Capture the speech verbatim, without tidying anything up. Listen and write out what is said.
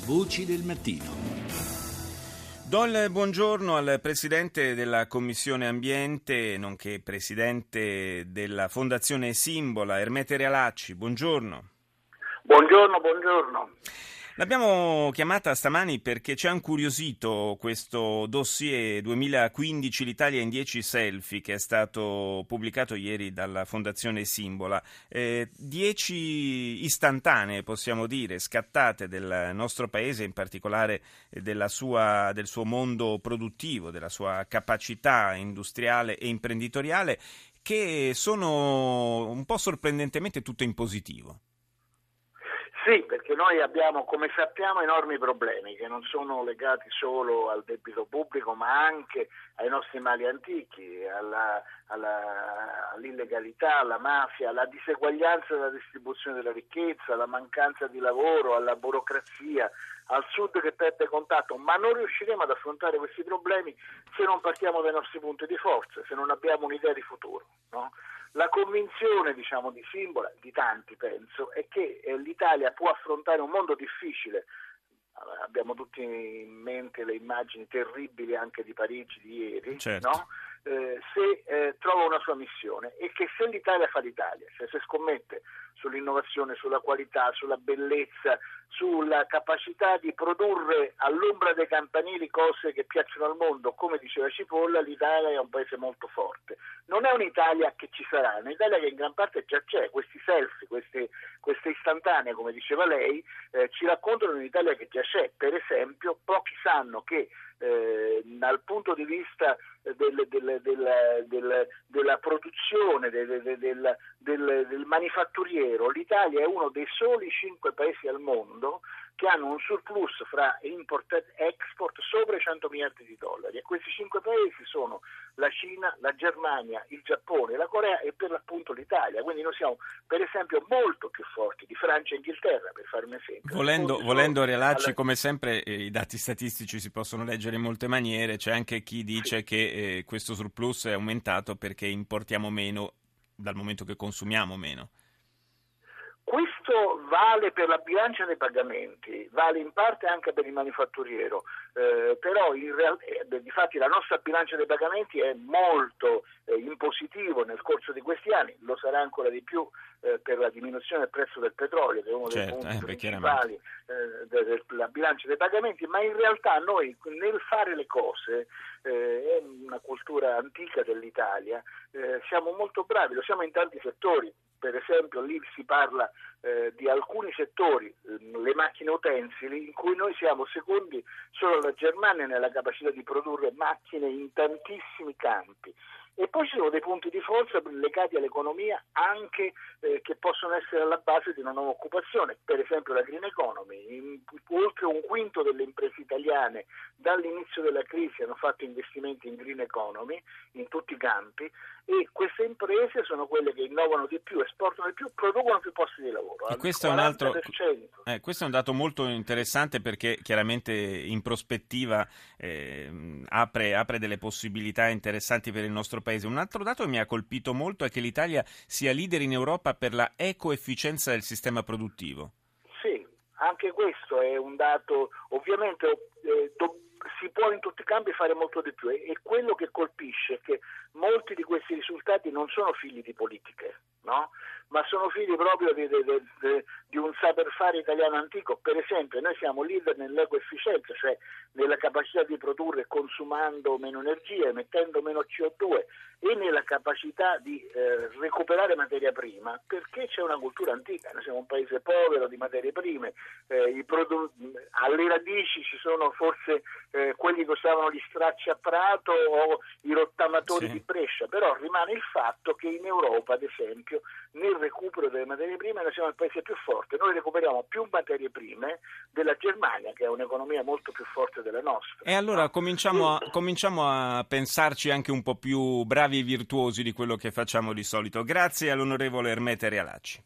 Voci del mattino. Do il buongiorno al Presidente della Commissione Ambiente, nonché Presidente della Fondazione Simbola, Ermete Realacci. Buongiorno. Buongiorno, buongiorno. L'abbiamo chiamata stamani perché ci ha incuriosito questo dossier duemilaquindici l'Italia in dieci selfie che è stato pubblicato ieri dalla Fondazione Simbola. Eh, dieci istantanee, possiamo dire, scattate del nostro paese, in particolare della sua, del suo mondo produttivo, della sua capacità industriale e imprenditoriale, che sono un po' sorprendentemente tutte in positivo. Sì, perché noi abbiamo, come sappiamo, enormi problemi che non sono legati solo al debito pubblico, ma anche ai nostri mali antichi, alla, alla, all'illegalità, alla mafia, alla diseguaglianza della distribuzione della ricchezza, alla mancanza di lavoro, alla burocrazia, al sud che perde contatto, ma non riusciremo ad affrontare questi problemi se non partiamo dai nostri punti di forza, se non abbiamo un'idea di futuro, no? La convinzione, diciamo, di Simbola, di tanti penso, è che eh, l'Italia può affrontare un mondo difficile. Abbiamo tutti in mente le immagini terribili anche di Parigi di ieri, certo. no? Eh, se eh, trova una sua missione, e che se l'Italia fa l'Italia, cioè se scommette sull'innovazione, sulla qualità, sulla bellezza, sulla capacità di produrre all'ombra dei campanili cose che piacciono al mondo, come diceva Cipolla, l'Italia è un paese molto forte. Non è un'Italia che ci sarà, è un'Italia che in gran parte già c'è. Questi selfie, queste, queste istantanee, come diceva lei, eh, ci raccontano un'Italia che già c'è. Per esempio, pochi sanno che eh, dal punto di vista del, del, del, del, della produzione, del, del, del, del manifatturiero, l'Italia è uno dei soli cinque paesi al mondo che hanno un surplus fra import e export sopra i cento miliardi di dollari, e questi cinque paesi sono la Cina, la Germania, il Giappone, la Corea e per l'appunto l'Italia. Quindi noi siamo per esempio molto più forti di Francia e Inghilterra, per fare un esempio. Volendo, volendo Realacci, alla... come sempre eh, i dati statistici si possono leggere in molte maniere. C'è anche chi dice sì. che eh, questo surplus è aumentato perché importiamo meno dal momento che consumiamo meno. Questo vale per la bilancia dei pagamenti, vale in parte anche per il manifatturiero, eh, però in real- eh, difatti la nostra bilancia dei pagamenti è molto eh, in positivo nel corso di questi anni, lo sarà ancora di più eh, per la diminuzione del prezzo del petrolio, che è uno certo, dei punti eh, principali eh, della bilancia dei pagamenti, ma in realtà noi nel fare le cose, eh, è una cultura antica dell'Italia, eh, siamo molto bravi, lo siamo in tanti settori. Per esempio lì si parla eh, di alcuni settori, eh, le macchine utensili, in cui noi siamo secondi solo alla Germania nella capacità di produrre macchine in tantissimi campi. E poi ci sono dei punti di forza legati all'economia anche eh, che possono essere alla base di una nuova occupazione, per esempio la green economy. In, oltre un quinto delle imprese italiane dall'inizio della crisi hanno fatto investimenti in green economy in tutti i campi, e queste imprese sono quelle che innovano di più, esportano di più, producono più posti di lavoro. E questo è un altro, eh, questo è un dato molto interessante, perché chiaramente in prospettiva eh, apre, apre delle possibilità interessanti per il nostro paese. Un altro dato che mi ha colpito molto è che l'Italia sia leader in Europa per la ecoefficienza del sistema produttivo. Sì, anche questo è un dato, ovviamente eh, do, si può in tutti i campi fare molto di più, e, e quello che colpisce è che molti di questi risultati non sono figli di politiche, no? Ma sono figli proprio di, di, di, di un saper fare italiano antico. Per esempio noi siamo leader nell'ecoefficienza, cioè nella capacità di produrre consumando meno energia, emettendo meno C O due, e nella capacità di eh, recuperare materia prima, perché c'è una cultura antica. Noi siamo un paese povero di materie prime, eh, i produ- alle radici ci sono forse eh, quelli che usavano gli stracci a Prato o i rottamatori sì. di Brescia, però rimane il fatto che in Europa, ad esempio, nel recupero delle materie prime noi siamo il paese più forte. Noi recuperiamo più materie prime della Germania, che ha un'economia molto più forte della nostra. E allora no? cominciamo, a, cominciamo a pensarci anche un po' più bravi e virtuosi di quello che facciamo di solito. Grazie all'onorevole Ermete Realacci.